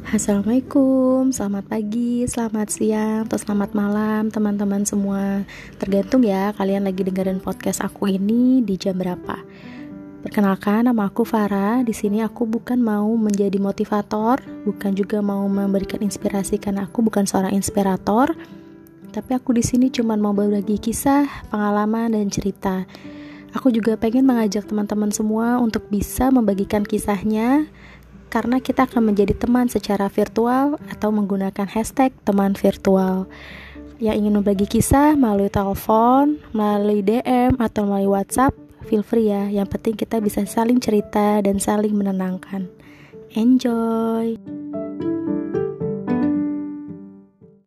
Assalamualaikum, selamat pagi, selamat siang, atau selamat malam teman-teman semua. Tergantung ya kalian lagi dengerin podcast aku ini di jam berapa. Perkenalkan, nama aku Farah. Di sini aku bukan mau menjadi motivator, bukan juga mau memberikan inspirasi karena aku bukan seorang inspirator. Tapi aku di sini cuma mau berbagi kisah, pengalaman, dan cerita. Aku juga pengen mengajak teman-teman semua untuk bisa membagikan kisahnya, karena kita akan menjadi teman secara virtual atau menggunakan hashtag teman virtual. Yang ingin berbagi kisah melalui telepon, melalui DM, atau melalui WhatsApp, feel free ya. Yang penting kita bisa saling cerita dan saling menenangkan. Enjoy!